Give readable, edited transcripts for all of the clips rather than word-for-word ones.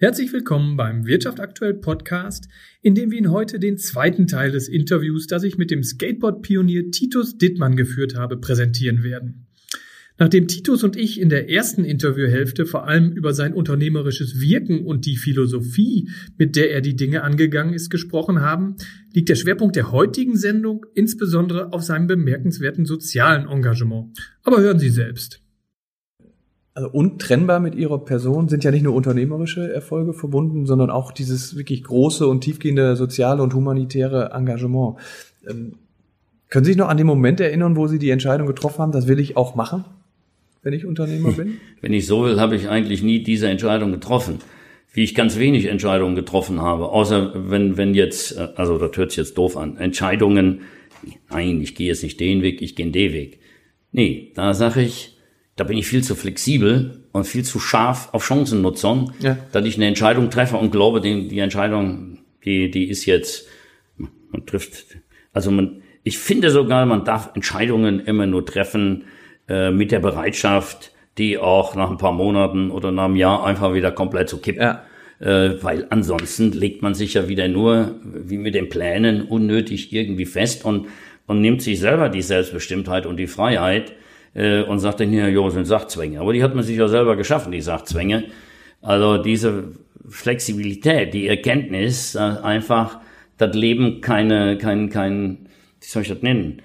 Herzlich willkommen beim Wirtschaft aktuell Podcast, in dem wir Ihnen heute den zweiten Teil des Interviews, das ich mit dem Skateboard-Pionier Titus Dittmann geführt habe, präsentieren werden. Nachdem Titus und ich in der ersten Interviewhälfte vor allem über sein unternehmerisches Wirken und die Philosophie, mit der er die Dinge angegangen ist, gesprochen haben, liegt der Schwerpunkt der heutigen Sendung insbesondere auf seinem bemerkenswerten sozialen Engagement. Aber hören Sie selbst. Also untrennbar mit Ihrer Person sind ja nicht nur unternehmerische Erfolge verbunden, sondern auch dieses wirklich große und tiefgehende soziale und humanitäre Engagement. Können Sie sich noch an den Moment erinnern, wo Sie die Entscheidung getroffen haben, das will ich auch machen, wenn ich Unternehmer bin? Wenn ich so will, habe ich eigentlich nie diese Entscheidung getroffen. Wie ich ganz wenig Entscheidungen getroffen habe, außer wenn jetzt, also das hört sich jetzt doof an, Entscheidungen, nein, ich gehe jetzt nicht den Weg, ich gehe den Weg. Nee, da sage ich, da bin ich viel zu flexibel und viel zu scharf auf Chancennutzung, dass ich eine Entscheidung treffe und glaube, die Entscheidung, die ist jetzt, man trifft, also ich finde sogar, man darf Entscheidungen immer nur treffen mit der Bereitschaft, die auch nach ein paar Monaten oder nach einem Jahr einfach wieder komplett zu kippen. Ja. Weil ansonsten legt man sich ja wieder nur, wie mit den Plänen, unnötig irgendwie fest und nimmt sich selber die Selbstbestimmtheit und die Freiheit, und sagt dann hier, sind Sachzwänge. Aber die hat man sich ja selber geschaffen, die Sachzwänge. Also diese Flexibilität, die Erkenntnis, einfach das Leben wie soll ich das nennen?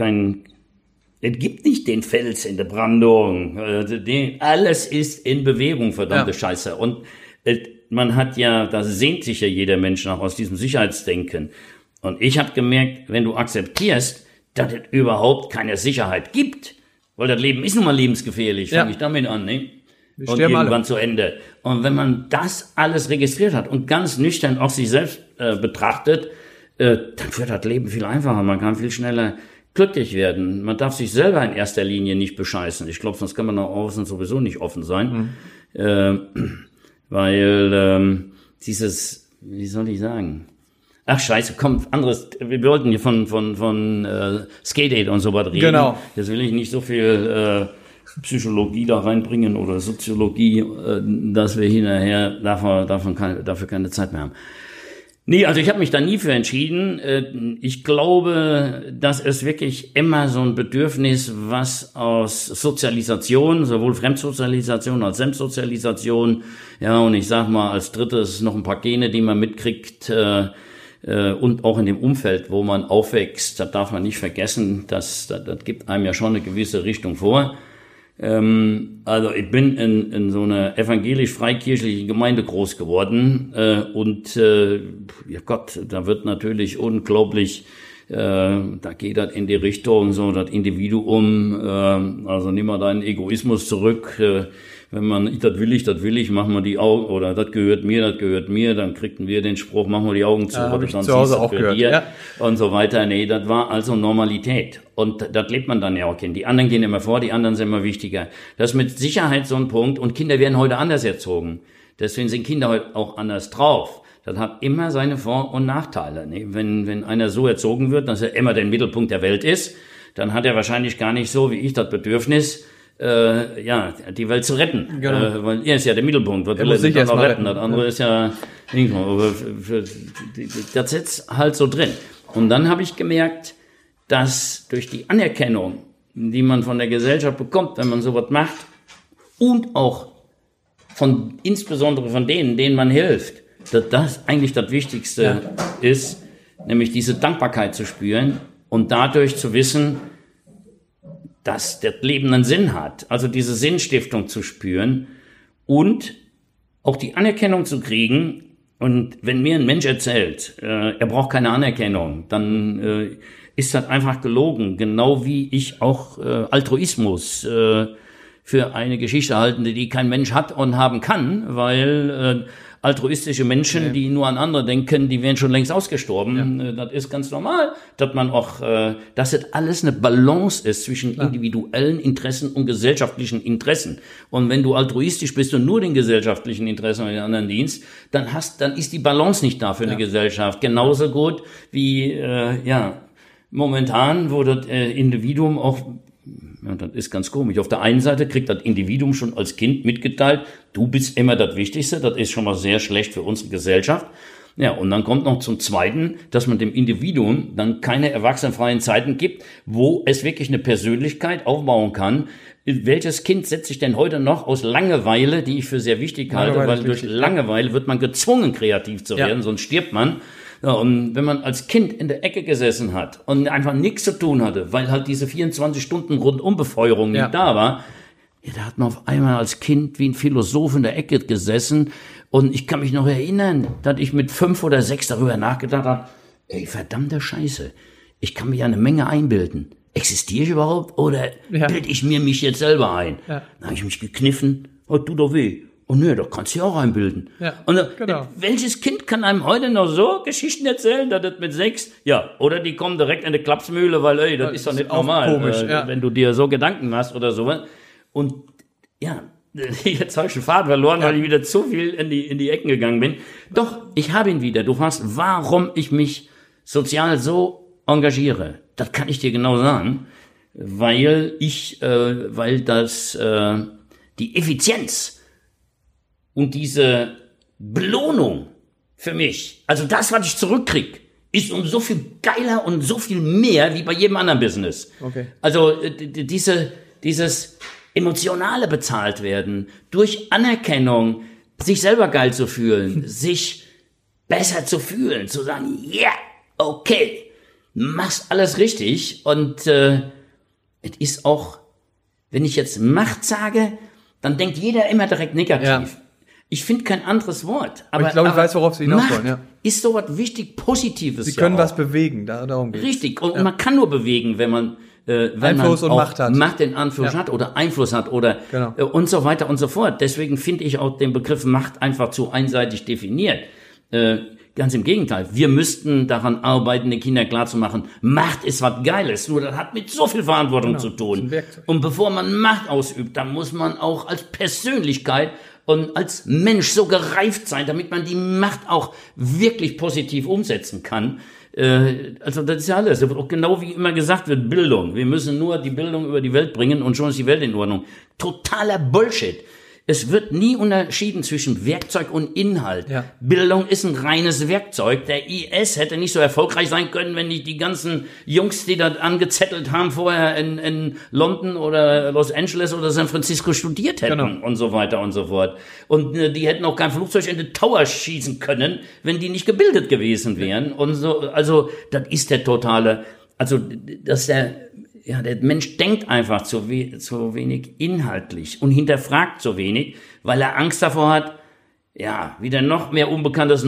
Es gibt nicht den Fels in der Brandung. Alles ist in Bewegung, verdammte Scheiße. Und man hat ja, da sehnt sich ja jeder Mensch nach aus diesem Sicherheitsdenken. Und ich habe gemerkt, wenn du akzeptierst, dass es überhaupt keine Sicherheit gibt, weil das Leben ist nun mal lebensgefährlich, fange ich damit an, ne? Und irgendwann alle zu Ende. Und wenn man das alles registriert hat und ganz nüchtern auch sich selbst betrachtet, dann wird das Leben viel einfacher. Man kann viel schneller glücklich werden. Man darf sich selber in erster Linie nicht bescheißen. Ich glaube, sonst kann man nach außen sowieso nicht offen sein. Weil dieses, wie soll ich sagen? Ach scheiße, komm, anderes, wir wollten hier von Skate-Aid und so was reden. Genau. Jetzt will ich nicht so viel Psychologie da reinbringen oder Soziologie, dass wir hinterher dafür keine Zeit mehr haben. Nee, also ich habe mich da nie für entschieden. Ich glaube, dass es wirklich immer so ein Bedürfnis, was aus Sozialisation, sowohl Fremdsozialisation als Selbstsozialisation, ja, und ich sag mal als drittes noch ein paar Gene, die man mitkriegt, und auch in dem Umfeld, wo man aufwächst, da darf man nicht vergessen, das gibt einem ja schon eine gewisse Richtung vor. Also ich bin in so einer evangelisch-freikirchlichen Gemeinde groß geworden und ja Gott, da wird natürlich unglaublich, da geht das in die Richtung, so das Individuum, also nimm mal deinen Egoismus zurück, wenn man, das will ich, machen wir die Augen, oder das gehört mir, dann kriegten wir den Spruch, machen wir die Augen zu, oder sonst zu Hause auch gehört, dir, und so weiter. Nee, das war also Normalität. Und das lebt man dann ja auch hin. Die anderen gehen immer vor, die anderen sind immer wichtiger. Das ist mit Sicherheit so ein Punkt, und Kinder werden heute anders erzogen. Deswegen sind Kinder heute auch anders drauf. Das hat immer seine Vor- und Nachteile. Nee, wenn einer so erzogen wird, dass er immer der Mittelpunkt der Welt ist, dann hat er wahrscheinlich gar nicht so wie ich das Bedürfnis, die Welt zu retten. Genau. Weil er ist ja der Mittelpunkt. Was will er sich dann noch retten? Das andere ist ja, das sitzt halt so drin. Und dann habe ich gemerkt, dass durch die Anerkennung, die man von der Gesellschaft bekommt, wenn man sowas macht, und auch insbesondere von denen man hilft, dass das eigentlich das Wichtigste ist, nämlich diese Dankbarkeit zu spüren und dadurch zu wissen, dass das Leben einen Sinn hat, also diese Sinnstiftung zu spüren und auch die Anerkennung zu kriegen. Und wenn mir ein Mensch erzählt, er braucht keine Anerkennung, dann ist das einfach gelogen, genau wie ich auch Altruismus für eine Geschichte halte, die kein Mensch hat und haben kann, weil altruistische Menschen, die nur an andere denken, die wären schon längst ausgestorben. Das ist ganz normal, dass man auch, dass es alles eine Balance ist zwischen individuellen Interessen und gesellschaftlichen Interessen. Und wenn du altruistisch bist und nur den gesellschaftlichen Interessen und den anderen dienst, dann ist die Balance nicht da für eine Gesellschaft. Genauso gut wie, momentan, wo das Individuum auch Ja, das ist ganz komisch. Auf der einen Seite kriegt das Individuum schon als Kind mitgeteilt, du bist immer das Wichtigste, das ist schon mal sehr schlecht für unsere Gesellschaft. Ja, und dann kommt noch zum Zweiten, dass man dem Individuum dann keine erwachsenenfreien Zeiten gibt, wo es wirklich eine Persönlichkeit aufbauen kann. Welches Kind setzt sich denn heute noch aus Langeweile, die ich für sehr wichtig halte, weil durch Langeweile wird man gezwungen, kreativ zu werden, sonst stirbt man. Ja, und wenn man als Kind in der Ecke gesessen hat und einfach nichts zu tun hatte, weil halt diese 24 Stunden Rundumbefeuerung nicht da war, ja, da hat man auf einmal als Kind wie ein Philosoph in der Ecke gesessen. Und ich kann mich noch erinnern, dass ich mit 5 oder 6 darüber nachgedacht habe, ey, verdammte Scheiße, ich kann mir ja eine Menge einbilden. Existiere ich überhaupt oder bilde ich mir mich jetzt selber ein? Ja. Dann habe ich mich gekniffen, tut doch weh. Und nö, doch kannst du ja auch einbilden. Ja, und welches Kind kann einem heute noch so Geschichten erzählen, dass das mit 6, oder die kommen direkt in die Klapsmühle, weil, ey, das ist doch nicht normal, komisch, wenn du dir so Gedanken machst oder so. Und jetzt habe ich den Faden verloren, weil ich wieder zu viel in die Ecken gegangen bin. Doch, ich habe ihn wieder. Du fragst, warum ich mich sozial so engagiere. Das kann ich dir genau sagen, weil das die Effizienz und diese Belohnung für mich, also das, was ich zurückkriege, ist um so viel geiler und so viel mehr wie bei jedem anderen Business. Okay. Also dieses emotionale bezahlt werden, durch Anerkennung, sich selber geil zu fühlen, sich besser zu fühlen, zu sagen, okay, machst alles richtig. Und es ist auch, wenn ich jetzt Macht sage, dann denkt jeder immer direkt negativ. Ja. Ich finde kein anderes Wort. Aber ich glaube, ich weiß, worauf Sie hinaus wollen. Ja. Ist so was wichtig Positives. Sie können was bewegen, darum geht's. Richtig, und man kann nur bewegen, wenn man Einfluss und Macht hat. Macht in Anführung hat oder Einfluss hat oder und so weiter und so fort. Deswegen finde ich auch den Begriff Macht einfach zu einseitig definiert. Ganz im Gegenteil. Wir müssten daran arbeiten, den Kindern klarzumachen, Macht ist was Geiles, nur das hat mit so viel Verantwortung zu tun. Und bevor man Macht ausübt, dann muss man auch als Persönlichkeit und als Mensch so gereift sein, damit man die Macht auch wirklich positiv umsetzen kann. Also das ist ja alles. Auch genau wie immer gesagt wird, Bildung. Wir müssen nur die Bildung über die Welt bringen und schon ist die Welt in Ordnung. Totaler Bullshit. Es wird nie unterschieden zwischen Werkzeug und Inhalt. Ja. Bildung ist ein reines Werkzeug. Der IS hätte nicht so erfolgreich sein können, wenn nicht die ganzen Jungs, die das angezettelt haben, vorher in London oder Los Angeles oder San Francisco studiert hätten und so weiter und so fort. Und die hätten auch kein Flugzeug in den Tower schießen können, wenn die nicht gebildet gewesen wären. Und so, also das ist der totale, also dass der Mensch denkt einfach zu wenig inhaltlich und hinterfragt zu wenig, weil er Angst davor hat, wieder noch mehr Unbekanntes.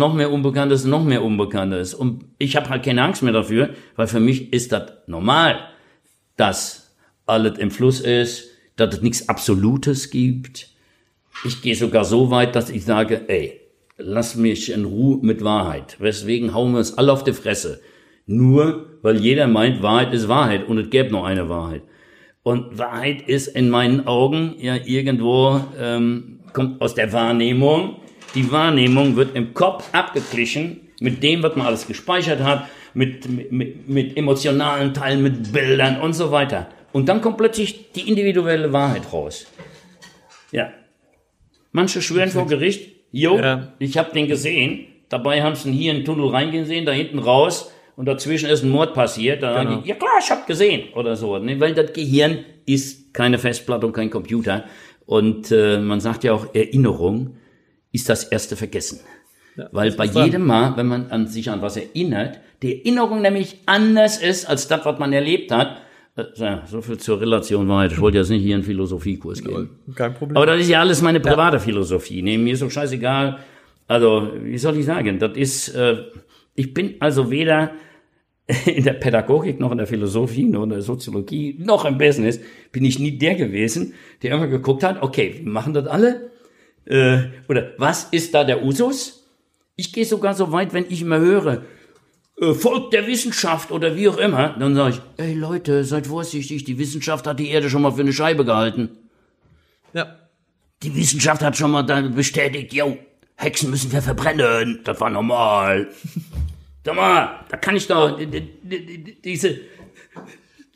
Und ich habe halt keine Angst mehr dafür, weil für mich ist das normal, dass alles im Fluss ist, dass es nichts Absolutes gibt. Ich gehe sogar so weit, dass ich sage, lass mich in Ruhe mit Wahrheit. Weswegen hauen wir uns alle auf die Fresse? Nur, weil jeder meint, Wahrheit ist Wahrheit und es gäbe noch eine Wahrheit. Und Wahrheit ist in meinen Augen irgendwo, kommt aus der Wahrnehmung. Die Wahrnehmung wird im Kopf abgeglichen mit dem, was man alles gespeichert hat, mit emotionalen Teilen, mit Bildern und so weiter. Und dann kommt plötzlich die individuelle Wahrheit raus. Ja. Manche schwören vor Gericht, ich habe den gesehen, dabei haben sie ihn hier in den Tunnel reingehen sehen, da hinten raus, und dazwischen ist ein Mord passiert, dann sagen die, ja klar, ich hab gesehen, oder so, ne? Weil das Gehirn ist keine Festplatte und kein Computer. Und man sagt ja auch, Erinnerung ist das erste Vergessen. Ja, weil bei jedem Mal, wenn man sich an was erinnert, die Erinnerung nämlich anders ist, als das, was man erlebt hat. So viel zur Relation Wahrheit. Ich wollte jetzt nicht hier einen Philosophiekurs geben. Kein Problem. Aber das ist ja alles meine private Philosophie. Nee, mir ist so scheißegal. Also, wie soll ich sagen? Das ist, ich bin also weder in der Pädagogik, noch in der Philosophie, noch in der Soziologie, noch im Business, bin ich nie der gewesen, der immer geguckt hat, okay, wir machen das alle? Oder was ist da der Usus? Ich gehe sogar so weit, wenn ich immer höre, folgt der Wissenschaft oder wie auch immer, dann sage ich, ey Leute, seid vorsichtig, die Wissenschaft hat die Erde schon mal für eine Scheibe gehalten. Ja. Die Wissenschaft hat schon mal dann bestätigt, Hexen müssen wir verbrennen, das war normal. Sag mal, da kann ich doch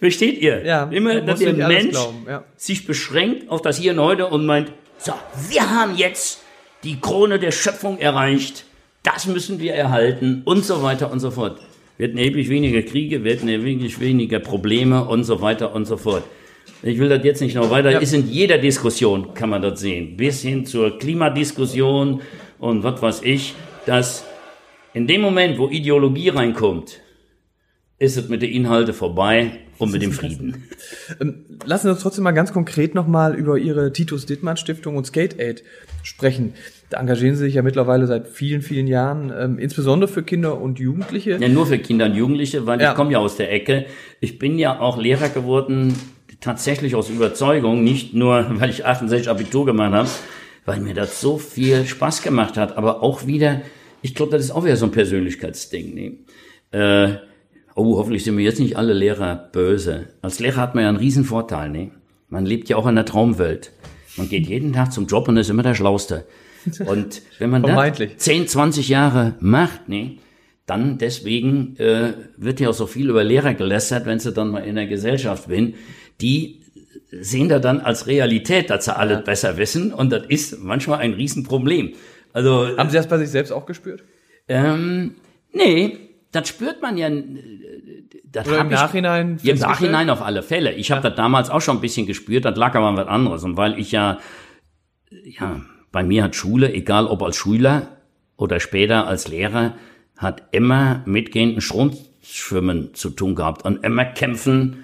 Versteht ihr? Ja, immer, dass der Mensch ja. sich beschränkt auf das Hier und Heute und meint, so, wir haben jetzt die Krone der Schöpfung erreicht, das müssen wir erhalten und so weiter und so fort. Wir hätten erheblich weniger Kriege, wir hätten erheblich weniger Probleme und so weiter und so fort. Ich will das jetzt nicht noch weiter, ist in jeder Diskussion, kann man das sehen, bis hin zur Klimadiskussion und was weiß ich, dass in dem Moment, wo Ideologie reinkommt, ist es mit den Inhalten vorbei und mit dem Frieden. Lassen Sie uns trotzdem mal ganz konkret nochmal über Ihre Titus-Dittmann-Stiftung und Skate Aid sprechen. Da engagieren Sie sich ja mittlerweile seit vielen, vielen Jahren, insbesondere für Kinder und Jugendliche. Ja, nur für Kinder und Jugendliche, weil ich komme ja aus der Ecke. Ich bin ja auch Lehrer geworden, tatsächlich aus Überzeugung, nicht nur, weil ich 68 Abitur gemacht habe, weil mir das so viel Spaß gemacht hat, aber auch wieder, ich glaube, das ist auch wieder so ein Persönlichkeitsding. Ne? Hoffentlich sind mir jetzt nicht alle Lehrer böse. Als Lehrer hat man ja einen riesen Vorteil. Ne? Man lebt ja auch in der Traumwelt. Man geht jeden Tag zum Job und ist immer der Schlauste. Und wenn man das 10, 20 Jahre macht, ne, dann deswegen wird ja auch so viel über Lehrer gelästert, wenn sie dann mal in der Gesellschaft sind. Die sehen da dann als Realität, dass sie alles besser wissen. Und das ist manchmal ein Riesenproblem. Also, haben Sie das bei sich selbst auch gespürt? Nee, das spürt man ja. Das Oder im Nachhinein? Im Nachhinein auf alle Fälle. Ich habe das damals auch schon ein bisschen gespürt, das lag aber an was anderes. Und weil ich ja, bei mir hat Schule, egal ob als Schüler oder später als Lehrer, hat immer mitgehenden Stromschwimmen zu tun gehabt und immer kämpfen,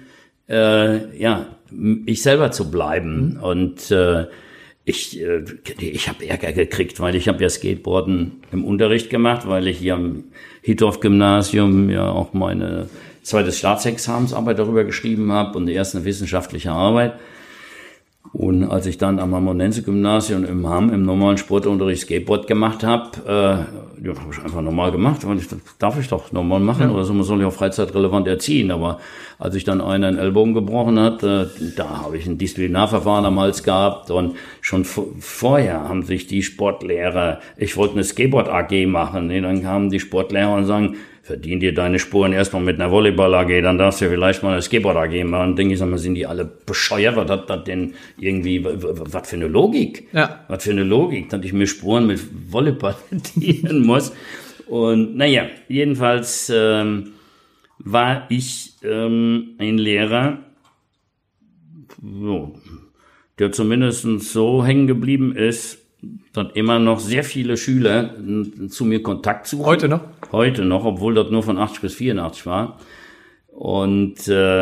ich selber zu bleiben. Und ich habe Ärger gekriegt, weil ich habe ja Skateboarden im Unterricht gemacht, weil ich hier am Hittorf-Gymnasium ja auch meine zweite Staatsexamensarbeit darüber geschrieben habe und die erste wissenschaftliche Arbeit. Und als ich dann am Ammonense-Gymnasium im Hamm im normalen Sportunterricht Skateboard gemacht habe, habe ich einfach normal gemacht, weil darf ich doch normal machen, oder so, man soll ja auch freizeitrelevant erziehen, aber als ich dann einen Ellbogen gebrochen hat, da habe ich ein Disziplinarverfahren am Hals gehabt und schon vorher haben sich die Sportlehrer, ich wollte eine Skateboard-AG machen, dann kamen die Sportlehrer und sagen, verdien dir deine Spuren erstmal mit einer Volleyball-AG, dann darfst du vielleicht mal eine Skateboard-AG machen. Und denke ich, sag mal, sind die alle bescheuert? Was hat das denn irgendwie, was für eine Logik? Ja. Was für eine Logik, dass ich mir Spuren mit Volleyball verdienen muss. Und naja, jedenfalls war ich ein Lehrer, der zumindest so hängen geblieben ist, dass immer noch sehr viele Schüler zu mir Kontakt suchen. Heute noch? Heute noch, obwohl das nur von 80 bis 84 war. Und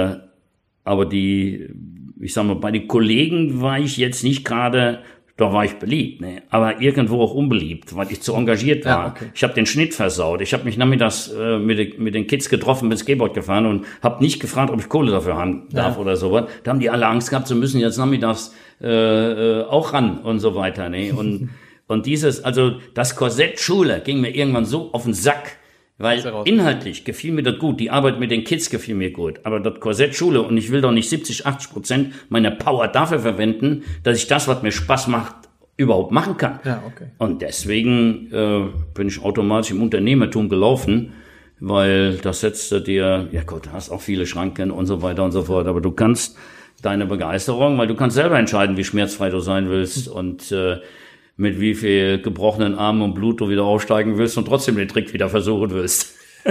aber ich sag mal, bei den Kollegen war ich jetzt nicht gerade, doch war ich beliebt, ne? Aber irgendwo auch unbeliebt, weil ich zu engagiert war. Ja, okay. Ich habe den Schnitt versaut. Ich habe mich nachmittags mit den Kids getroffen, mit Skateboard gefahren und habe nicht gefragt, ob ich Kohle dafür haben darf oder sowas. Da haben die alle Angst gehabt, sie müssen jetzt nachmittags auch ran und so weiter. Ne? Und das Korsett Schule ging mir irgendwann so auf den Sack, weil inhaltlich gefiel mir das gut, die Arbeit mit den Kids gefiel mir gut, aber das Korsett Schule, und ich will doch nicht 70-80% meiner Power dafür verwenden, dass ich das, was mir Spaß macht, überhaupt machen kann. Ja, okay. Und deswegen bin ich automatisch im Unternehmertum gelaufen, weil das setzte dir, ja Gott, du hast auch viele Schranken und so weiter und so fort, aber du kannst deine Begeisterung, weil du kannst selber entscheiden, wie schmerzfrei du sein willst und mit wie viel gebrochenen Armen und Blut du wieder aufsteigen willst und trotzdem den Trick wieder versuchen willst.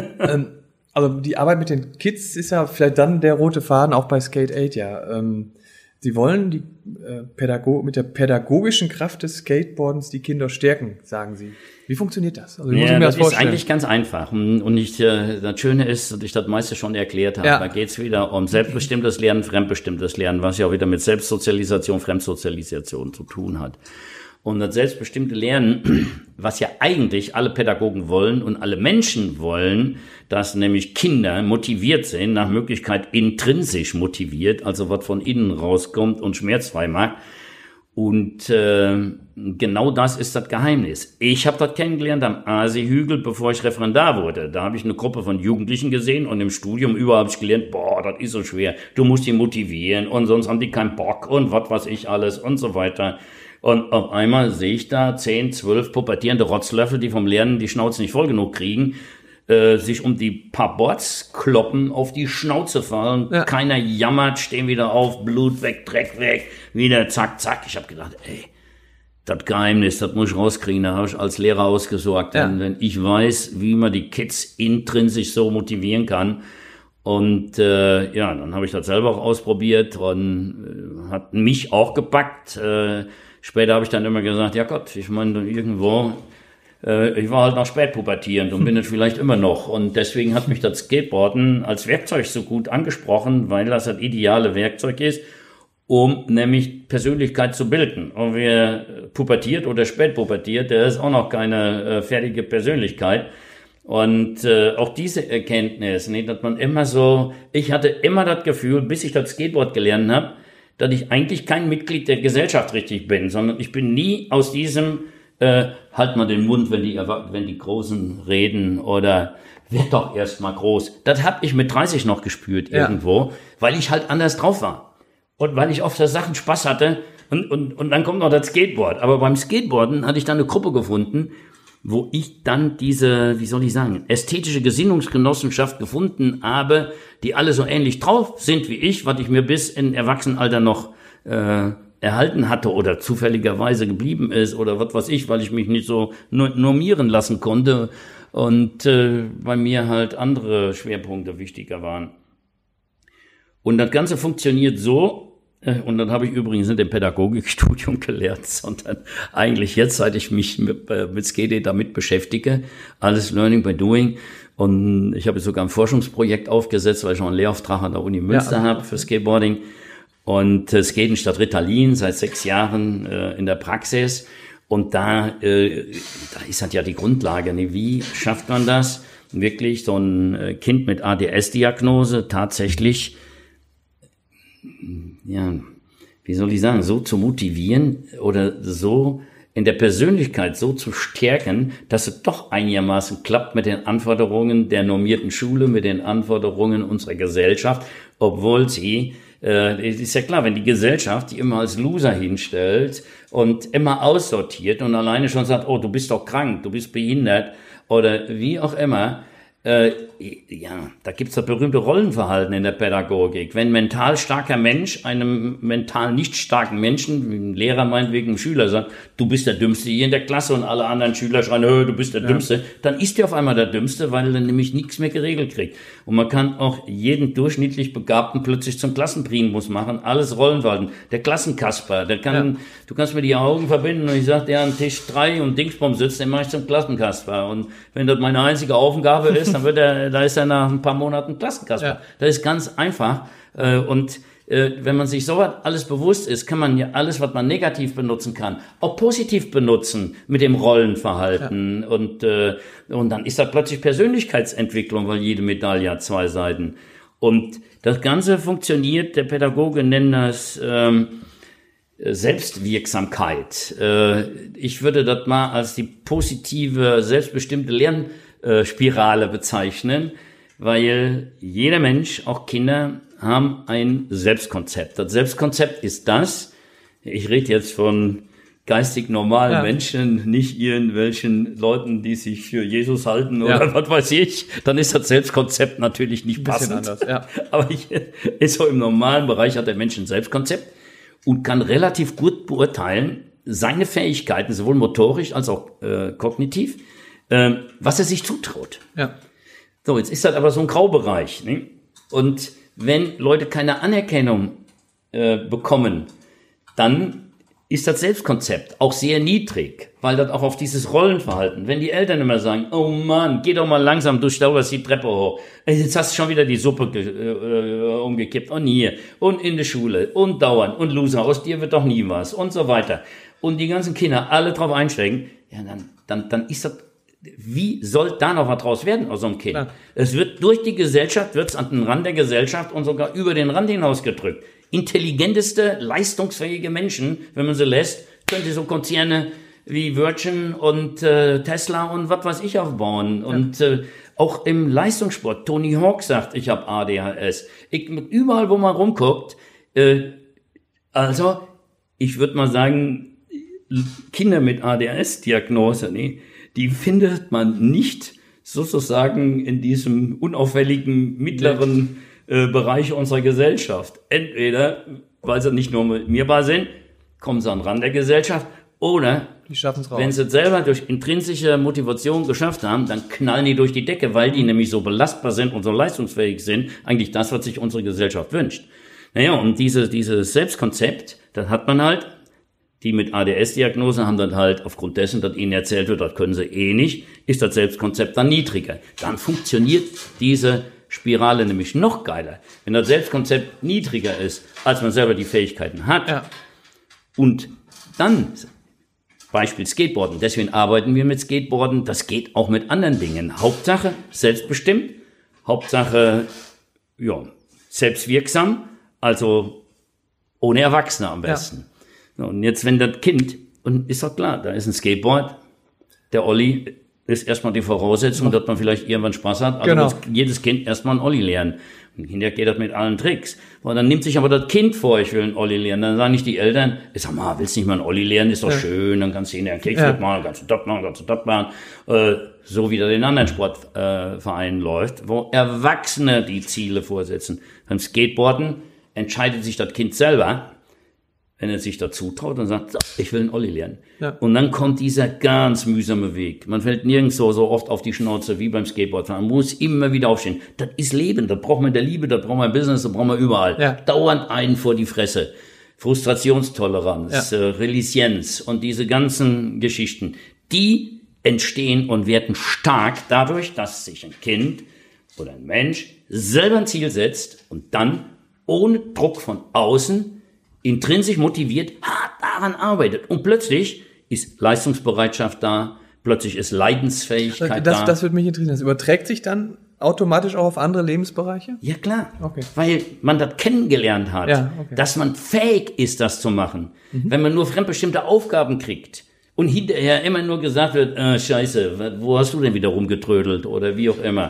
Also die Arbeit mit den Kids ist ja vielleicht dann der rote Faden, auch bei Skate Aid, ja. Sie wollen mit der pädagogischen Kraft des Skateboardens die Kinder stärken, sagen Sie. Wie funktioniert das? Also, das ist eigentlich ganz einfach. Und das Schöne ist, dass ich das meiste schon erklärt habe. Ja. Da geht's wieder um selbstbestimmtes Lernen, fremdbestimmtes Lernen, was ja auch wieder mit Selbstsozialisation, Fremdsozialisation zu tun hat. Und das selbstbestimmte Lernen, was ja eigentlich alle Pädagogen wollen und alle Menschen wollen, dass nämlich Kinder motiviert sind, nach Möglichkeit intrinsisch motiviert, also was von innen rauskommt und schmerzfrei macht. Und genau das ist das Geheimnis. Ich habe das kennengelernt am Aasihügel, bevor ich Referendar wurde. Da habe ich eine Gruppe von Jugendlichen gesehen und im Studium überall habe ich gelernt, das ist so schwer, du musst die motivieren und sonst haben die keinen Bock und was weiß ich alles und so weiter. Und auf einmal sehe ich da 10, 12 pubertierende Rotzlöffel, die vom Lernen die Schnauze nicht voll genug kriegen, sich um die paar Boards kloppen, auf die Schnauze fallen, keiner jammert, stehen wieder auf, Blut weg, Dreck weg, wieder zack, zack. Ich habe gedacht, ey, das Geheimnis, das muss ich rauskriegen, da habe ich als Lehrer ausgesorgt. Wenn ich weiß, wie man die Kids intrinsisch so motivieren kann. Und dann habe ich das selber auch ausprobiert und hat mich auch gepackt. Später habe ich dann immer gesagt, ja Gott, ich meine, irgendwo, ich war halt noch spätpubertierend und bin es vielleicht immer noch. Und deswegen hat mich das Skateboarden als Werkzeug so gut angesprochen, weil das ideale Werkzeug ist, um nämlich Persönlichkeit zu bilden. Und wer pubertiert oder spätpubertiert, der ist auch noch keine fertige Persönlichkeit. Und auch diese Erkenntnis, dass man immer so, ich hatte immer das Gefühl, bis ich das Skateboard gelernt habe, dass ich eigentlich kein Mitglied der Gesellschaft richtig bin, sondern ich bin nie aus diesem halt mal den Mund, wenn die Großen reden oder werd doch erst mal groß. Das habe ich mit 30 noch gespürt irgendwo, weil ich halt anders drauf war und weil ich auf der Sachen Spaß hatte und dann kommt noch das Skateboard. Aber beim Skateboarden hatte ich dann eine Gruppe gefunden, wo ich dann diese, wie soll ich sagen, ästhetische Gesinnungsgenossenschaft gefunden habe, die alle so ähnlich drauf sind wie ich, was ich mir bis in Erwachsenenalter noch erhalten hatte oder zufälligerweise geblieben ist oder was weiß ich, weil ich mich nicht so normieren lassen konnte und bei mir halt andere Schwerpunkte wichtiger waren. Und das Ganze funktioniert so, und dann habe ich übrigens nicht im Pädagogikstudium gelernt, sondern eigentlich jetzt, seit ich mich mit Skate damit beschäftige, alles Learning by Doing. Und ich habe sogar ein Forschungsprojekt aufgesetzt, weil ich noch einen Lehrauftrag an der Uni Münster habe für Skateboarding. Und Skaten statt Ritalin seit 6 Jahren in der Praxis. Und da ist halt ja die Grundlage. Ne? Wie schafft man das, wirklich so ein Kind mit ADS-Diagnose tatsächlich, ja, wie soll ich sagen, so zu motivieren oder so in der Persönlichkeit so zu stärken, dass es doch einigermaßen klappt mit den Anforderungen der normierten Schule, mit den Anforderungen unserer Gesellschaft, obwohl sie, ist ja klar, wenn die Gesellschaft die immer als Loser hinstellt und immer aussortiert und alleine schon sagt, oh, du bist doch krank, du bist behindert oder wie auch immer, da gibt's das berühmte Rollenverhalten in der Pädagogik. Wenn ein mental starker Mensch einem mental nicht starken Menschen, wie ein Lehrer meinetwegen einem Schüler sagt, du bist der Dümmste hier in der Klasse und alle anderen Schüler schreien, du bist der Dümmste, dann ist der auf einmal der Dümmste, weil er nämlich nichts mehr geregelt kriegt. Und man kann auch jeden durchschnittlich Begabten plötzlich zum Klassenprimus machen, alles Rollenverhalten. Der Klassenkasper, du kannst mir die Augen verbinden und ich sage, der an Tisch 3 und Dingsbum sitzt, den mache ich zum Klassenkasper. Und wenn das meine einzige Aufgabe ist, dann da ist er nach ein paar Monaten Klassenkasper. Ja. Das ist ganz einfach. Und wenn man sich so alles bewusst ist, kann man ja alles, was man negativ benutzen kann, auch positiv benutzen mit dem Rollenverhalten. Ja. Und dann ist da plötzlich Persönlichkeitsentwicklung, weil jede Medaille hat 2 Seiten. Und das Ganze funktioniert, der Pädagoge nennt das Selbstwirksamkeit. Ich würde das mal als die positive, selbstbestimmte Lernspirale bezeichnen, weil jeder Mensch, auch Kinder, haben ein Selbstkonzept. Das Selbstkonzept ist das, ich rede jetzt von geistig normalen Menschen, nicht irgendwelchen Leuten, die sich für Jesus halten oder was weiß ich, dann ist das Selbstkonzept natürlich nicht passend. Anders, aber ist so im normalen Bereich hat der Mensch ein Selbstkonzept und kann relativ gut beurteilen, seine Fähigkeiten, sowohl motorisch als auch kognitiv, was er sich zutraut. Ja. So, jetzt ist das aber so ein Graubereich. Ne? Und wenn Leute keine Anerkennung bekommen, dann ist das Selbstkonzept auch sehr niedrig, weil das auch auf dieses Rollenverhalten, wenn die Eltern immer sagen, oh Mann, geh doch mal langsam, du stauberst die Treppe hoch, jetzt hast du schon wieder die Suppe umgekippt und hier und in der Schule und dauernd und Loser, aus dir wird doch nie was und so weiter. Und die ganzen Kinder alle drauf einsteigen, ja, dann ist das, wie soll da noch was draus werden aus so einem Kind? Klar. Es wird durch die Gesellschaft, wird es an den Rand der Gesellschaft und sogar über den Rand hinaus gedrückt. Intelligenteste, leistungsfähige Menschen, wenn man sie lässt, können sie so Konzerne wie Virgin und Tesla und was weiß ich aufbauen. Ja. Und auch im Leistungssport, Tony Hawk sagt, ich habe ADHS. Überall, wo man rumguckt, also ich würde mal sagen, Kinder mit ADHS-Diagnose, die findet man nicht sozusagen in diesem unauffälligen mittleren Bereich unserer Gesellschaft. Entweder, weil sie nicht nur mirbar sind, kommen sie an den Rand der Gesellschaft, oder die schaffen's raus. Wenn sie es selber durch intrinsische Motivation geschafft haben, dann knallen die durch die Decke, weil die nämlich so belastbar sind und so leistungsfähig sind. Eigentlich das, was sich unsere Gesellschaft wünscht. Naja, und dieses Selbstkonzept, das hat man halt. Die mit ADS-Diagnose haben dann halt aufgrund dessen, dass ihnen erzählt wird, das können sie eh nicht, ist das Selbstkonzept dann niedriger. Dann funktioniert diese Spirale nämlich noch geiler. Wenn das Selbstkonzept niedriger ist, als man selber die Fähigkeiten hat. Ja. Und dann, Beispiel Skateboarden, deswegen arbeiten wir mit Skateboarden, das geht auch mit anderen Dingen. Hauptsache selbstbestimmt, Hauptsache selbstwirksam, also ohne Erwachsene am besten. Ja. Und jetzt, wenn das Kind, und ist doch klar, da ist ein Skateboard, der Olli ist erstmal die Voraussetzung, dass man vielleicht irgendwann Spaß hat. Also muss jedes Kind erstmal einen Olli lernen. Und hinterher geht das mit allen Tricks. Und dann nimmt sich aber das Kind vor, ich will einen Olli lernen. Dann sagen nicht die Eltern, ich sag mal, willst du nicht mal einen Olli lernen, ist doch schön, dann kannst du hinterher einen Kickflip machen, kannst du das machen, kannst du das machen. So wie das in anderen Sportvereinen läuft, wo Erwachsene die Ziele vorsetzen. Beim Skateboarden entscheidet sich das Kind selber, wenn er sich dazu traut und sagt, so, ich will einen Olli lernen. Ja. Und dann kommt dieser ganz mühsame Weg. Man fällt nirgendwo so oft auf die Schnauze wie beim Skateboardfahren. Man muss immer wieder aufstehen. Das ist Leben, das braucht man in der Liebe, das braucht man im Business, das braucht man überall. Ja. Dauernd einen vor die Fresse. Frustrationstoleranz, Resilienz und diese ganzen Geschichten, die entstehen und werden stark dadurch, dass sich ein Kind oder ein Mensch selber ein Ziel setzt und dann ohne Druck von außen intrinsisch motiviert, hart daran arbeitet. Und plötzlich ist Leistungsbereitschaft da, plötzlich ist Leidensfähigkeit da. Das würde mich interessieren. Das überträgt sich dann automatisch auch auf andere Lebensbereiche? Ja, klar. Okay. Weil man das kennengelernt hat, dass man fähig ist, das zu machen. Mhm. Wenn man nur fremdbestimmte Aufgaben kriegt und hinterher immer nur gesagt wird, scheiße, wo hast du denn wieder rumgetrödelt oder wie auch immer.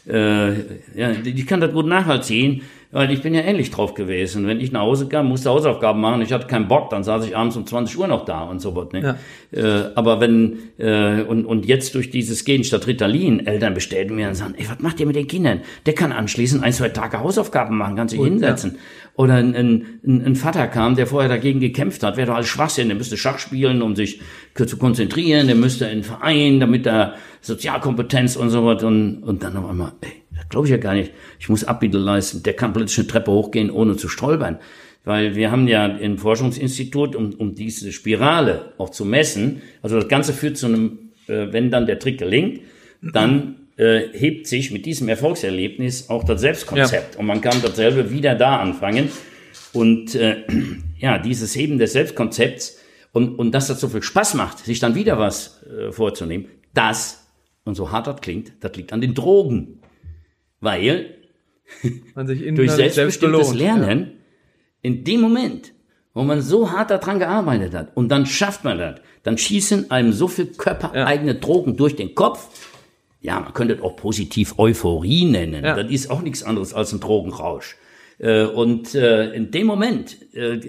Ich kann das gut nachvollziehen, weil ich bin ja ähnlich drauf gewesen. Wenn ich nach Hause kam, musste Hausaufgaben machen, ich hatte keinen Bock, dann saß ich abends um 20 Uhr noch da und so was. Ne? Ja. Aber wenn, und jetzt durch dieses Gehen statt Ritalin, Eltern bestätigen mir und sagen, ey, was macht ihr mit den Kindern? Der kann anschließend 1-2 Tage Hausaufgaben machen, kann sich hinsetzen. Ja. Oder ein Vater kam, der vorher dagegen gekämpft hat, wäre doch alles Schwachsinn, der müsste Schach spielen, um sich zu konzentrieren, der müsste in einen Verein, damit er Sozialkompetenz und so was und dann auf einmal, ey, das glaube ich ja gar nicht, ich muss Abbitte leisten, der kann plötzlich eine Treppe hochgehen, ohne zu stolpern. Weil wir haben ja im Forschungsinstitut, um diese Spirale auch zu messen, also das Ganze führt zu einem, wenn dann der Trick gelingt, dann hebt sich mit diesem Erfolgserlebnis auch das Selbstkonzept. Ja. Und man kann dasselbe wieder da anfangen. Und dieses Heben des Selbstkonzepts und dass das so viel Spaß macht, sich dann wieder was vorzunehmen, das, und so hart das klingt, das liegt an den Drogen. Weil man sich durch selbstbestimmtes Lernen, in dem Moment, wo man so hart daran gearbeitet hat und dann schafft man das, dann schießen einem so viel körpereigene Drogen durch den Kopf. Ja, man könnte es auch positiv Euphorie nennen. Ja. Das ist auch nichts anderes als ein Drogenrausch. Und in dem Moment,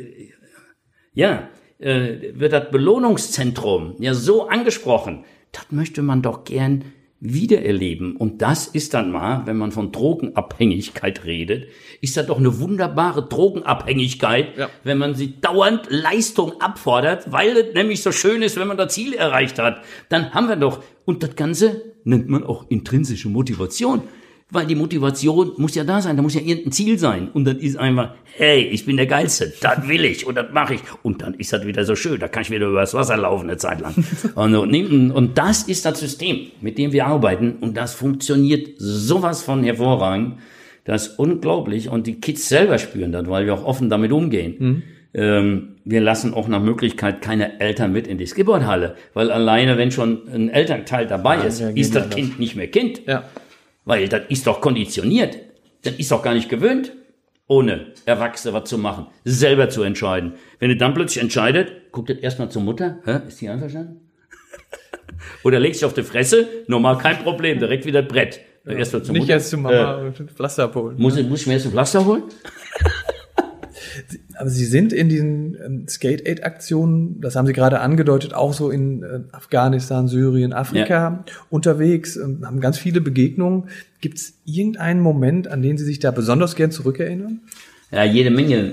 wird das Belohnungszentrum ja so angesprochen. Das möchte man doch gern wiedererleben. Und das ist dann mal, wenn man von Drogenabhängigkeit redet, ist das doch eine wunderbare Drogenabhängigkeit, wenn man sie dauernd Leistung abfordert, weil es nämlich so schön ist, wenn man das Ziel erreicht hat. Dann haben wir doch, und das Ganze nennt man auch intrinsische Motivation. Weil die Motivation muss ja da sein, da muss ja irgendein Ziel sein. Und dann ist einfach, hey, ich bin der Geilste, das will ich und das mache ich. Und dann ist das wieder so schön, da kann ich wieder übers Wasser laufen eine Zeit lang. Und das ist das System, mit dem wir arbeiten. Und das funktioniert sowas von hervorragend. Das ist unglaublich. Und die Kids selber spüren das, weil wir auch offen damit umgehen. Wir lassen auch nach Möglichkeit keine Eltern mit in die Skateboardhalle. Weil alleine, wenn schon ein Elternteil dabei ist, ist das Kind nicht mehr Kind. Ja. Weil das ist doch konditioniert. Das ist doch gar nicht gewöhnt, ohne Erwachsene was zu machen, selber zu entscheiden. Wenn du dann plötzlich entscheidet, guckt das erstmal zur Mutter, ist die einverstanden? Oder legst dich auf die Fresse, normal kein Problem, direkt wieder das Brett. Erst mal zur Mutter. Nicht erst zu Mama Pflaster abholen. Muss ich mir erst ein Pflaster holen? Aber Sie sind in diesen Skate-Aid-Aktionen, das haben Sie gerade angedeutet, auch so in Afghanistan, Syrien, Afrika unterwegs, haben ganz viele Begegnungen. Gibt es irgendeinen Moment, an den Sie sich da besonders gern zurückerinnern? Ja, jede Menge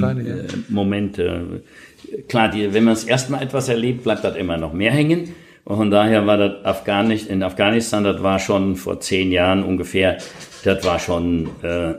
Momente. Klar, wenn man das erste Mal etwas erlebt, bleibt das immer noch mehr hängen. Und von daher war das in Afghanistan, das war schon vor 10 Jahren ungefähr, das war schon,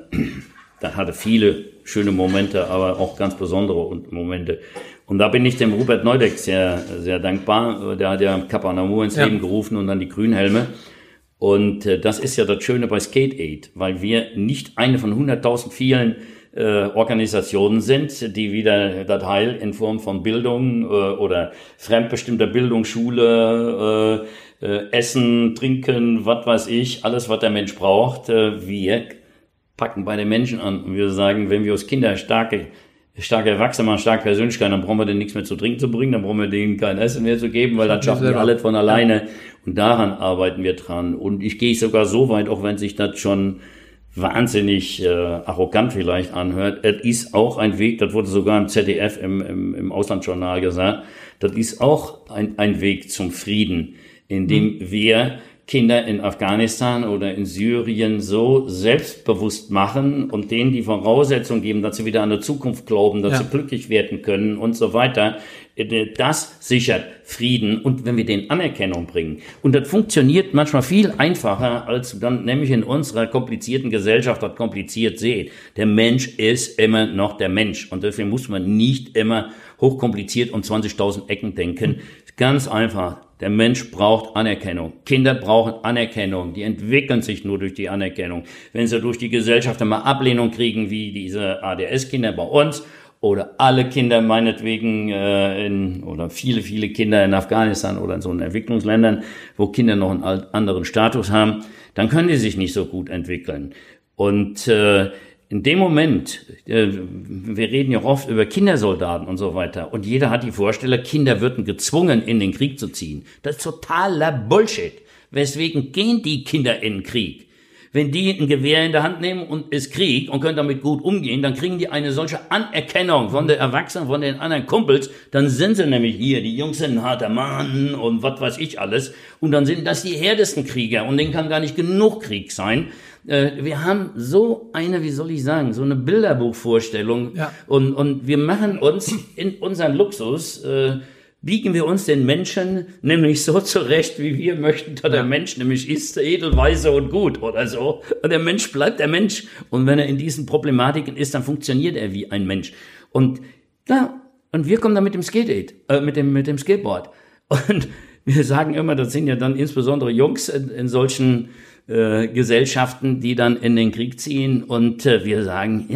das hatte viele schöne Momente, aber auch ganz besondere Momente. Und da bin ich dem Rupert Neudeck sehr, sehr dankbar. Der hat ja Kappa Namur ins Leben gerufen und dann die Grünhelme. Und das ist ja das Schöne bei Skate Aid, weil wir nicht eine von 100.000 vielen Organisationen sind, die wieder das Heil in Form von Bildung oder fremdbestimmter Bildung, Schule, Essen, Trinken, was weiß ich, alles, was der Mensch braucht. Wir packen bei den Menschen an und wir sagen, wenn wir aus Kinder starke Erwachsene machen, starke Persönlichkeiten, dann brauchen wir denen nichts mehr zu trinken zu bringen, dann brauchen wir denen kein Essen mehr zu geben, weil dann schaffen wir alles von alleine. Und daran arbeiten wir dran. Und ich gehe sogar so weit, auch wenn sich das schon wahnsinnig arrogant vielleicht anhört. Es ist auch ein Weg, das wurde sogar im ZDF, im Auslandsjournal gesagt, das ist auch ein Weg zum Frieden, indem wir Kinder in Afghanistan oder in Syrien so selbstbewusst machen und denen die Voraussetzung geben, dass sie wieder an der Zukunft glauben, dass sie glücklich werden können und so weiter. Das sichert Frieden und wenn wir denen Anerkennung bringen. Und das funktioniert manchmal viel einfacher, als dann nämlich in unserer komplizierten Gesellschaft das kompliziert sieht. Der Mensch ist immer noch der Mensch und deswegen muss man nicht immer hochkompliziert um 20.000 Ecken denken. Ganz einfach. Der Mensch braucht Anerkennung. Kinder brauchen Anerkennung. Die entwickeln sich nur durch die Anerkennung. Wenn sie durch die Gesellschaft immer Ablehnung kriegen, wie diese ADS-Kinder bei uns, oder alle Kinder meinetwegen oder viele, viele Kinder in Afghanistan oder in so Entwicklungsländern, wo Kinder noch einen anderen Status haben, dann können die sich nicht so gut entwickeln. Und in dem Moment, wir reden ja oft über Kindersoldaten und so weiter, und jeder hat die Vorstellung, Kinder würden gezwungen, in den Krieg zu ziehen. Das ist totaler Bullshit. Weswegen gehen die Kinder in den Krieg? Wenn die ein Gewehr in der Hand nehmen und es Krieg und können damit gut umgehen, dann kriegen die eine solche Anerkennung von der Erwachsenen, von den anderen Kumpels, dann sind sie nämlich hier, die Jungs sind ein harter Mann und was weiß ich alles, und dann sind das die härtesten Krieger und denen kann gar nicht genug Krieg sein. Wir haben so eine, wie soll ich sagen, so eine Bilderbuchvorstellung und wir machen uns in unseren Luxus, biegen wir uns den Menschen nämlich so zurecht, wie wir möchten, dass der Mensch nämlich ist, edel, weise und gut oder so. Und der Mensch bleibt der Mensch. Und wenn er in diesen Problematiken ist, dann funktioniert er wie ein Mensch. Und wir kommen dann mit dem mit dem Skateboard. Und wir sagen immer, das sind ja dann insbesondere Jungs in solchen Gesellschaften, die dann in den Krieg ziehen. Und wir sagen,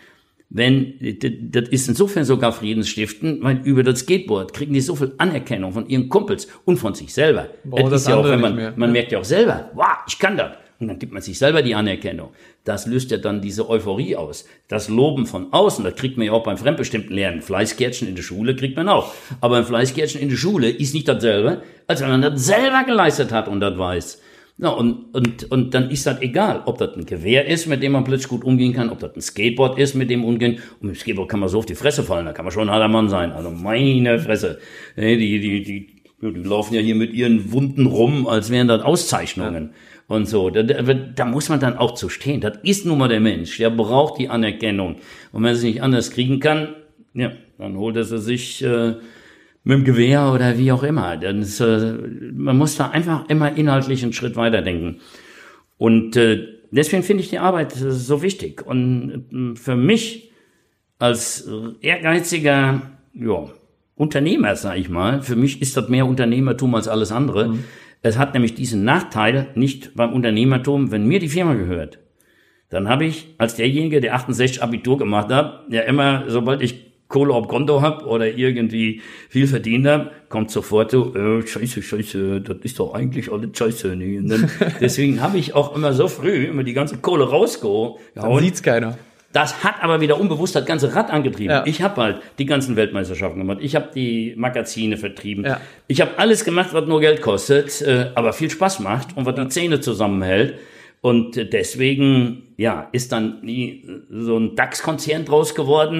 das ist insofern sogar friedensstiftend, weil über das Skateboard kriegen die so viel Anerkennung von ihren Kumpels und von sich selber. Das ist ja auch, wenn man merkt ja auch selber, wow, ich kann das. Und dann gibt man sich selber die Anerkennung. Das löst ja dann diese Euphorie aus. Das Loben von außen, das kriegt man ja auch beim fremdbestimmten Lernen. Fleißkärtchen in der Schule kriegt man auch. Aber ein Fleißkärtchen in der Schule ist nicht dasselbe, als wenn man das selber geleistet hat und das weiß. Ja, und dann ist das egal, ob das ein Gewehr ist, mit dem man plötzlich gut umgehen kann, ob das ein Skateboard ist, mit dem umgehen. Und mit dem Skateboard kann man so auf die Fresse fallen, da kann man schon ein harter Mann sein. Also meine Fresse. Die laufen ja hier mit ihren Wunden rum, als wären das Auszeichnungen. Und so. Da muss man dann auch zu stehen. Das ist nun mal der Mensch. Der braucht die Anerkennung. Und wenn er es nicht anders kriegen kann, dann holt er sie sich mit dem Gewehr oder wie auch immer. Man muss da einfach immer inhaltlich einen Schritt weiter denken. Und deswegen finde ich die Arbeit so wichtig. Und für mich als ehrgeiziger Unternehmer, sag ich mal, für mich ist das mehr Unternehmertum als alles andere. Mhm. Es hat nämlich diesen Nachteil nicht beim Unternehmertum, wenn mir die Firma gehört, dann habe ich als derjenige, der 68 Abitur gemacht hat, ja immer, sobald ich Kohle auf Konto hab oder irgendwie viel verdient hab, kommt sofort so, Scheiße, das ist doch eigentlich alles Scheiße. Ne? Und dann, deswegen habe ich auch immer so früh immer die ganze Kohle rausgehauen. Dann sieht's keiner. Das hat aber wieder unbewusst das ganze Rad angetrieben. Ja. Ich habe halt die ganzen Weltmeisterschaften gemacht. Ich habe die Magazine vertrieben. Ja. Ich habe alles gemacht, was nur Geld kostet, aber viel Spaß macht und was die Zähne zusammenhält. Und deswegen, ist dann so ein DAX-Konzern draus geworden.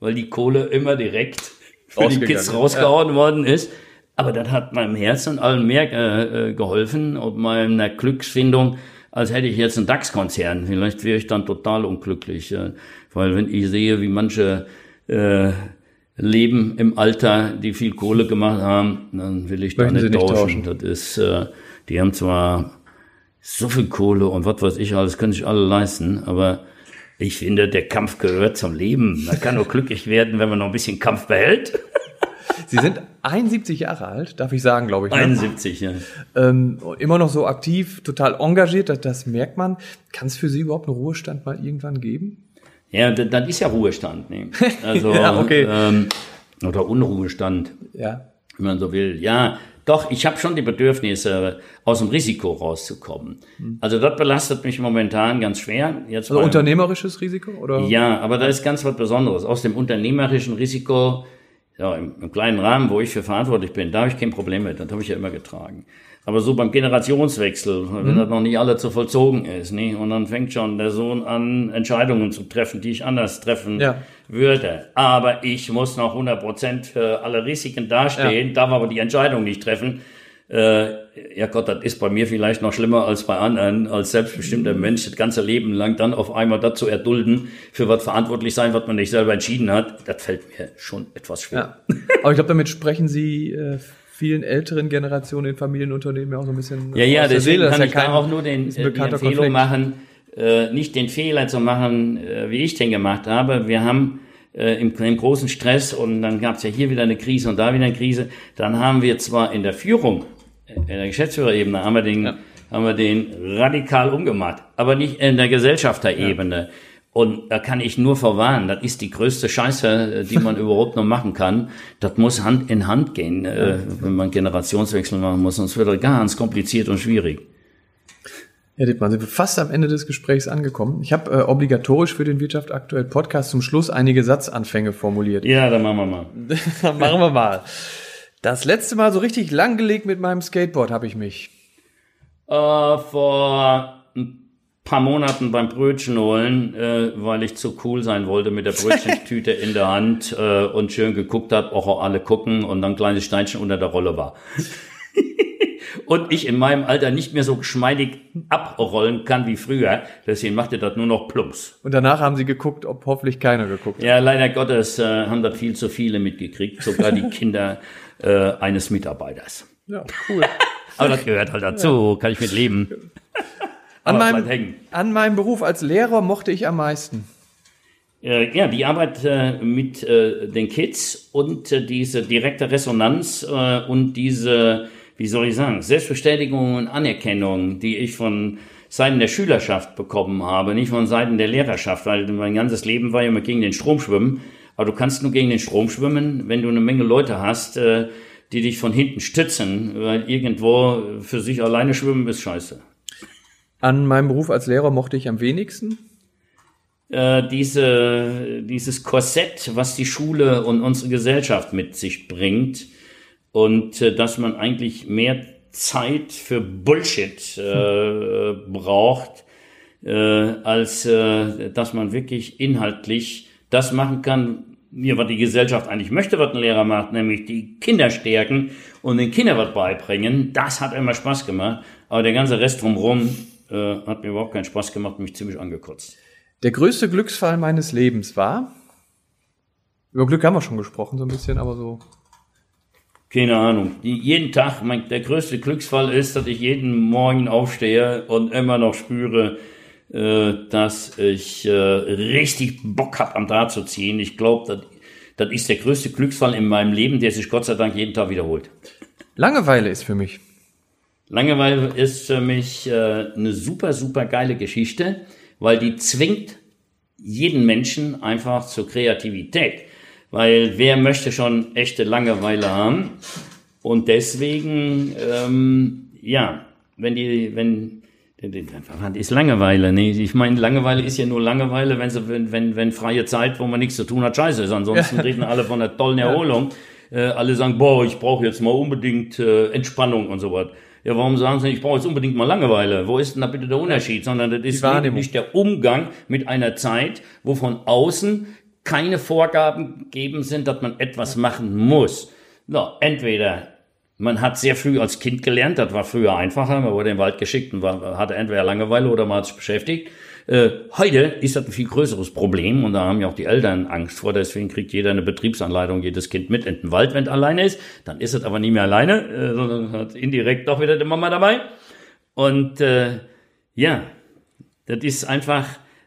weil die Kohle immer direkt für die Kids rausgehauen worden ist. Aber das hat meinem Herz und allem mehr geholfen und meiner Glücksfindung, als hätte ich jetzt einen DAX-Konzern. Vielleicht wäre ich dann total unglücklich, weil wenn ich sehe, wie manche leben im Alter, die viel Kohle gemacht haben, dann will ich da nicht tauschen. Das ist, die haben zwar so viel Kohle und was weiß ich alles, können sich alle leisten, aber ich finde, der Kampf gehört zum Leben. Man kann nur glücklich werden, wenn man noch ein bisschen Kampf behält. Sie sind 71 Jahre alt, darf ich sagen, glaube ich. 71, ja. Immer noch so aktiv, total engagiert, das merkt man. Kann es für Sie überhaupt einen Ruhestand mal irgendwann geben? Ja, das ist ja Ruhestand. Ne? Also, ja, okay. Oder Unruhestand, wenn man so will. Ja, doch, ich habe schon die Bedürfnisse, aus dem Risiko rauszukommen. Also das belastet mich momentan ganz schwer. Jetzt also unternehmerisches Risiko? Oder? Ja, aber da ist ganz was Besonderes. Aus dem unternehmerischen Risiko, ja, im kleinen Rahmen, wo ich für verantwortlich bin, da habe ich kein Problem mit. Das habe ich ja immer getragen. Aber so beim Generationswechsel, wenn das noch nicht alle zu vollzogen ist, ne? Und dann fängt schon der Sohn an, Entscheidungen zu treffen, die ich anders treffen würde. Aber ich muss noch 100% für alle Risiken dastehen, darf aber die Entscheidung nicht treffen. Ja Gott, das ist bei mir vielleicht noch schlimmer als bei anderen, als selbstbestimmter Mensch das ganze Leben lang dann auf einmal dazu erdulden, für was verantwortlich sein, was man nicht selber entschieden hat. Das fällt mir schon etwas schwer. Ja. Aber ich glaube, damit sprechen Sie vielen älteren Generationen in Familienunternehmen ja auch so ein bisschen ja, deswegen kann ich da auch nur die Empfehlung machen, nicht den Fehler zu machen, wie ich den gemacht habe. Wir haben im großen Stress und dann gab es ja hier wieder eine Krise und da wieder eine Krise. Dann haben wir zwar in der Führung, in der Geschäftsführerebene, haben wir den radikal umgemacht, aber nicht in der Gesellschafterebene. Ja. Und da kann ich nur verwarnen, das ist die größte Scheiße, die man überhaupt noch machen kann. Das muss Hand in Hand gehen, wenn man Generationswechsel machen muss, sonst wird das ganz kompliziert und schwierig. Herr Dittmann, sind wir fast am Ende des Gesprächs angekommen. Ich habe obligatorisch für den Wirtschaft aktuell Podcast zum Schluss einige Satzanfänge formuliert. Ja, dann machen wir mal. Dann machen wir mal. Das letzte Mal so richtig langgelegt mit meinem Skateboard habe ich mich. Vor ein paar Monaten beim Brötchen holen, weil ich zu cool sein wollte mit der Brötchentüte in der Hand und schön geguckt habe, auch alle gucken und dann ein kleines Steinchen unter der Rolle war. Und ich in meinem Alter nicht mehr so geschmeidig abrollen kann wie früher. Deswegen machte das nur noch plumps. Und danach haben Sie geguckt, ob hoffentlich keiner geguckt hat. Ja, leider Gottes haben das viel zu viele mitgekriegt. Sogar die Kinder eines Mitarbeiters. Ja, cool. Aber das gehört halt dazu. Kann ich mit leben. An meinem Beruf als Lehrer mochte ich am meisten. Ja, die Arbeit mit den Kids und diese direkte Resonanz und diese, wie soll ich sagen, Selbstbestätigung und Anerkennung, die ich von Seiten der Schülerschaft bekommen habe, nicht von Seiten der Lehrerschaft, weil mein ganzes Leben war ja immer gegen den Strom schwimmen. Aber du kannst nur gegen den Strom schwimmen, wenn du eine Menge Leute hast, die dich von hinten stützen, weil irgendwo für sich alleine schwimmen ist scheiße. An meinem Beruf als Lehrer mochte ich am wenigsten? Dieses Korsett, was die Schule und unsere Gesellschaft mit sich bringt und dass man eigentlich mehr Zeit für Bullshit braucht, als dass man wirklich inhaltlich das machen kann, was die Gesellschaft eigentlich möchte, was ein Lehrer macht, nämlich die Kinder stärken und den Kindern was beibringen. Das hat immer Spaß gemacht, aber der ganze Rest drumherum hat mir überhaupt keinen Spaß gemacht, mich ziemlich angekotzt. Der größte Glücksfall meines Lebens war? Über Glück haben wir schon gesprochen, so ein bisschen, aber so. Keine Ahnung. Jeden Tag, der größte Glücksfall ist, dass ich jeden Morgen aufstehe und immer noch spüre, dass ich richtig Bock habe, am Draht zu ziehen. Ich glaube, das ist der größte Glücksfall in meinem Leben, der sich Gott sei Dank jeden Tag wiederholt. Langeweile ist für mich. Langeweile ist für mich eine super, super geile Geschichte, weil die zwingt jeden Menschen einfach zur Kreativität. Weil wer möchte schon echte Langeweile haben? Und deswegen, was ist Langeweile? Nee, ich meine, Langeweile ist ja nur Langeweile, wenn freie Zeit, wo man nichts zu tun hat, scheiße ist. Ansonsten reden alle von einer tollen Erholung. Alle sagen, ich brauche jetzt mal unbedingt Entspannung und so was. Ja, warum sagen Sie, ich brauche jetzt unbedingt mal Langeweile? Wo ist denn da bitte der Unterschied? Sondern das ist nicht der Umgang mit einer Zeit, wo von außen keine Vorgaben gegeben sind, dass man etwas machen muss. No, entweder man hat sehr früh als Kind gelernt, das war früher einfacher, man wurde in den Wald geschickt und hatte entweder Langeweile oder man hat sich beschäftigt. Heute ist das ein viel größeres Problem und da haben ja auch die Eltern Angst vor, deswegen kriegt jeder eine Betriebsanleitung, jedes Kind mit in den Wald, wenn es alleine ist. Dann ist es aber nie mehr alleine, sondern hat indirekt doch wieder die Mama dabei. Und ja, das ist einfach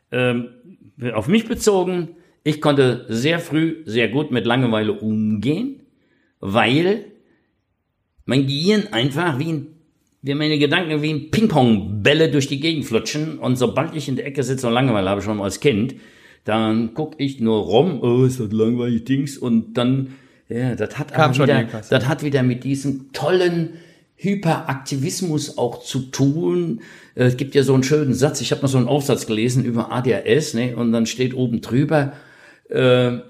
auf mich bezogen. Ich konnte sehr früh sehr gut mit Langeweile umgehen, weil mein Gehirn einfach wie meine Gedanken wie ein Ping-Pong-Bälle durch die Gegend flutschen und sobald ich in der Ecke sitze und Langeweile habe, schon als Kind, dann gucke ich nur rum, oh, ist das langweilig Dings und dann, ja, das hat wieder mit diesem tollen Hyperaktivismus auch zu tun. Es gibt ja so einen schönen Satz, ich habe mal so einen Aufsatz gelesen über ADHS, ne, und dann steht oben drüber, keine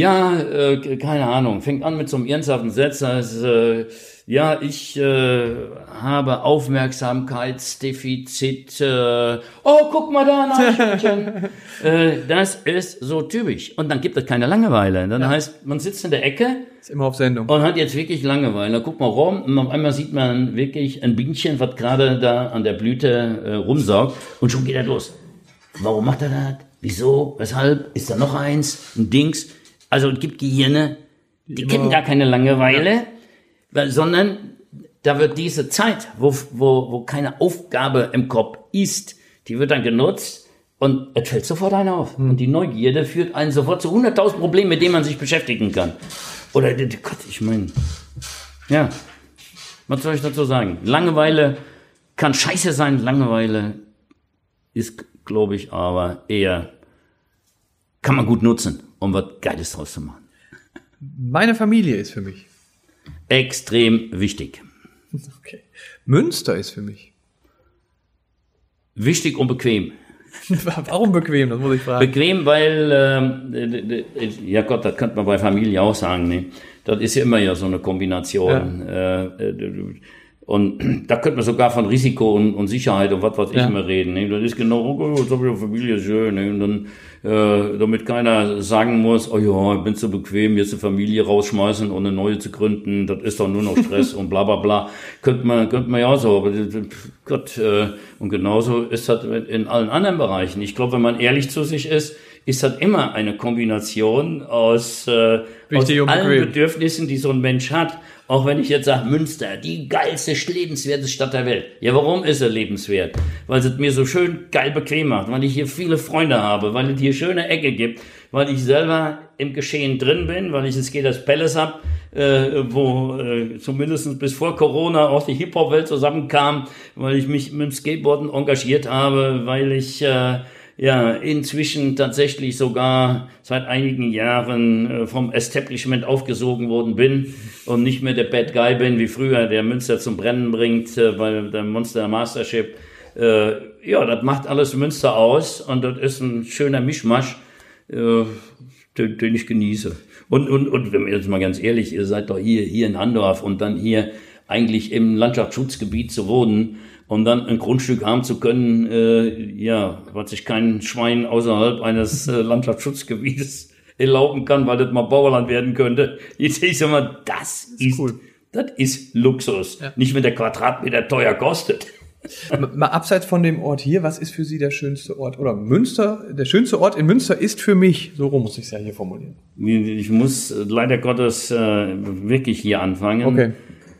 Ahnung, fängt an mit so einem ernsthaften Satz, also, ich habe Aufmerksamkeitsdefizit, guck mal da, ein Eichhörnchen. Das ist so typisch. Und dann gibt es keine Langeweile. Dann heißt, man sitzt in der Ecke. Ist immer auf Sendung. Und hat jetzt wirklich Langeweile. Guck mal rum und auf einmal sieht man wirklich ein Bienchen, was gerade da an der Blüte rumsaugt. Und schon geht er los. Warum macht er das? Wieso? Weshalb? Ist da noch eins? Ein Dings? Also es gibt Gehirne, die kennen gar keine Langeweile, sondern da wird diese Zeit, wo keine Aufgabe im Kopf ist, die wird dann genutzt und es fällt sofort einer auf. Und die Neugierde führt einen sofort zu 100.000 Problemen, mit denen man sich beschäftigen kann. Oder, Gott, ich meine, ja, was soll ich dazu sagen? Langeweile kann scheiße sein, Langeweile ist, glaube ich, aber eher, kann man gut nutzen, um was Geiles draus zu machen. Meine Familie ist für mich extrem wichtig. Okay. Münster ist für mich wichtig und bequem. Warum bequem? Das muss ich fragen. Bequem, weil, ja Gott, das könnte man bei Familie auch sagen, ne? Das ist ja immer ja so eine Kombination. Ja. Und da könnte man sogar von Risiko und Sicherheit und was weiß ich immer reden. Ne? Das ist genau, oh, jetzt habe ich eine Familie, schön. Ne? Und dann, damit keiner sagen muss, oh ja, ich bin so bequem, jetzt eine Familie rausschmeißen und eine neue zu gründen, das ist doch nur noch Stress und bla bla bla. Könnte man ja auch so, aber Gott, und genauso ist das in allen anderen Bereichen. Ich glaube, wenn man ehrlich zu sich ist das immer eine Kombination aus allen Bedürfnissen, die so ein Mensch hat. Auch wenn ich jetzt sage, Münster, die geilste, lebenswerte Stadt der Welt. Ja, warum ist sie lebenswert? Weil es mir so schön geil bequem macht, weil ich hier viele Freunde habe, weil es hier schöne Ecke gibt, weil ich selber im Geschehen drin bin, weil ich das Skaters Palace habe, wo zumindest bis vor Corona auch die Hip-Hop-Welt zusammenkam, weil ich mich mit dem Skateboarden engagiert habe, weil ich inzwischen tatsächlich sogar seit einigen Jahren vom Establishment aufgesogen worden bin und nicht mehr der Bad Guy bin, wie früher, der Münster zum Brennen bringt, bei der Monster Mastership. Das macht alles Münster aus und das ist ein schöner Mischmasch, den ich genieße. Und wenn wir jetzt mal ganz ehrlich, ihr seid doch hier in Andorf und dann hier eigentlich im Landschaftsschutzgebiet zu wohnen, und dann ein Grundstück haben zu können, was sich kein Schwein außerhalb eines Landschaftsschutzgebietes erlauben kann, weil das mal Bauerland werden könnte. Jetzt ich sag mal, das ist cool. Das ist Luxus. Ja. Nicht, wenn der Quadratmeter teuer kostet. Mal abseits von dem Ort hier, was ist für Sie der schönste Ort? Oder Münster, der schönste Ort in Münster ist für mich, so rum muss ich es ja hier formulieren. Ich muss leider Gottes wirklich hier anfangen. Okay.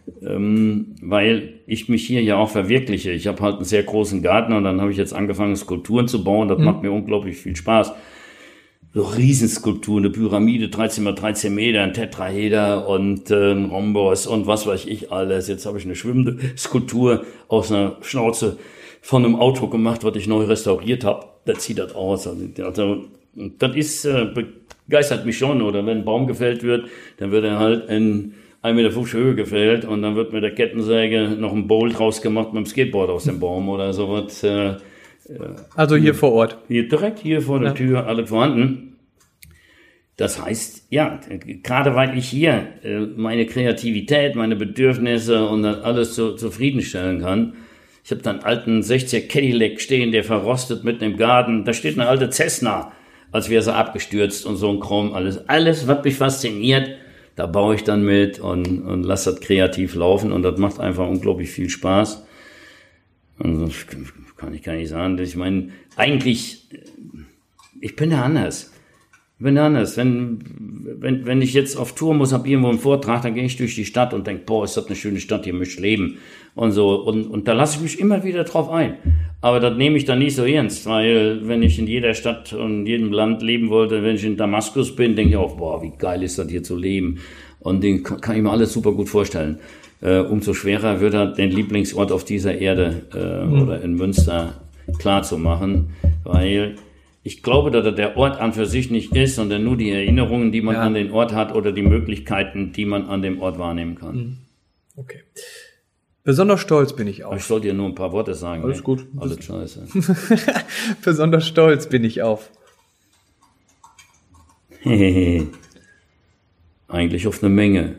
Weil ich mich hier ja auch verwirkliche. Ich habe halt einen sehr großen Garten und dann habe ich jetzt angefangen, Skulpturen zu bauen. Das macht mir unglaublich viel Spaß. So Riesenskulpturen, eine Pyramide, 13 mal 13 Meter, ein Tetraheder und ein Rhombus und was weiß ich alles. Jetzt habe ich eine schwimmende Skulptur aus einer Schnauze von einem Auto gemacht, was ich neu restauriert habe. Da zieht das aus. Also das ist, begeistert mich schon. Oder wenn ein Baum gefällt wird, dann wird er halt in 1,50 Meter Höhe gefällt und dann wird mit der Kettensäge noch ein Bowl draus gemacht mit dem Skateboard aus dem Baum oder sowas. Also hier vor Ort? Direkt hier vor der Tür, alles vorhanden. Das heißt, ja, gerade weil ich hier meine Kreativität, meine Bedürfnisse und das alles zufriedenstellen kann. Ich habe dann einen alten 60er Cadillac stehen, der verrostet mitten im Garten. Da steht eine alte Cessna. als wäre sie abgestürzt und so ein Kram. Alles, was mich fasziniert, da baue ich dann mit und lasse das kreativ laufen und das macht einfach unglaublich viel Spaß. Und das kann ich gar nicht sagen. Ich meine, eigentlich, ich bin da anders. Wenn ich jetzt auf Tour muss, habe irgendwo einen Vortrag, dann gehe ich durch die Stadt und denke, boah, ist das eine schöne Stadt, hier möchte ich leben und so. Und da lasse ich mich immer wieder drauf ein. Aber das nehme ich dann nicht so ernst, weil wenn ich in jeder Stadt und in jedem Land leben wollte, wenn ich in Damaskus bin, denke ich auch, boah, wie geil ist das hier zu leben. Und den kann ich mir alles super gut vorstellen. Umso schwerer wird er, den Lieblingsort auf dieser Erde oder in Münster klar zu machen, weil ich glaube, dass der Ort an für sich nicht ist, sondern nur die Erinnerungen, die man an den Ort hat oder die Möglichkeiten, die man an dem Ort wahrnehmen kann. Okay. Besonders stolz bin ich auf. Ich soll dir nur ein paar Worte sagen. Alles gut. Alles scheiße. Besonders stolz bin ich auf. Eigentlich auf eine Menge.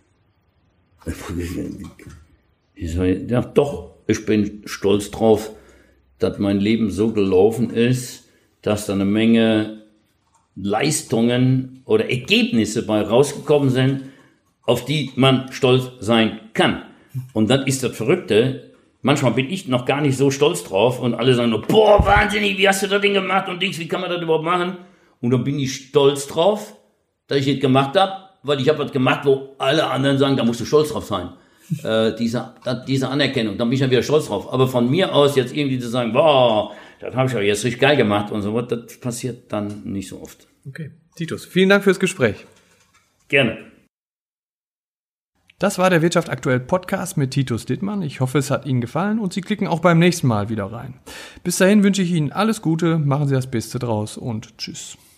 Ja, doch, ich bin stolz drauf, dass mein Leben so gelaufen ist, dass da eine Menge Leistungen oder Ergebnisse bei rausgekommen sind, auf die man stolz sein kann. Und das ist das Verrückte. Manchmal bin ich noch gar nicht so stolz drauf und alle sagen nur, boah, wahnsinnig, wie hast du das Ding gemacht und Dings, wie kann man das überhaupt machen? Und dann bin ich stolz drauf, dass ich das gemacht habe, weil ich habe was gemacht, wo alle anderen sagen, da musst du stolz drauf sein. Diese Anerkennung, da bin ich ja wieder stolz drauf. Aber von mir aus jetzt irgendwie zu sagen, boah, das habe ich ja jetzt richtig geil gemacht und so, das passiert dann nicht so oft. Okay. Titus, vielen Dank fürs Gespräch. Gerne. Das war der Wirtschaft aktuell Podcast mit Titus Dittmann. Ich hoffe, es hat Ihnen gefallen und Sie klicken auch beim nächsten Mal wieder rein. Bis dahin wünsche ich Ihnen alles Gute, machen Sie das Beste draus und tschüss.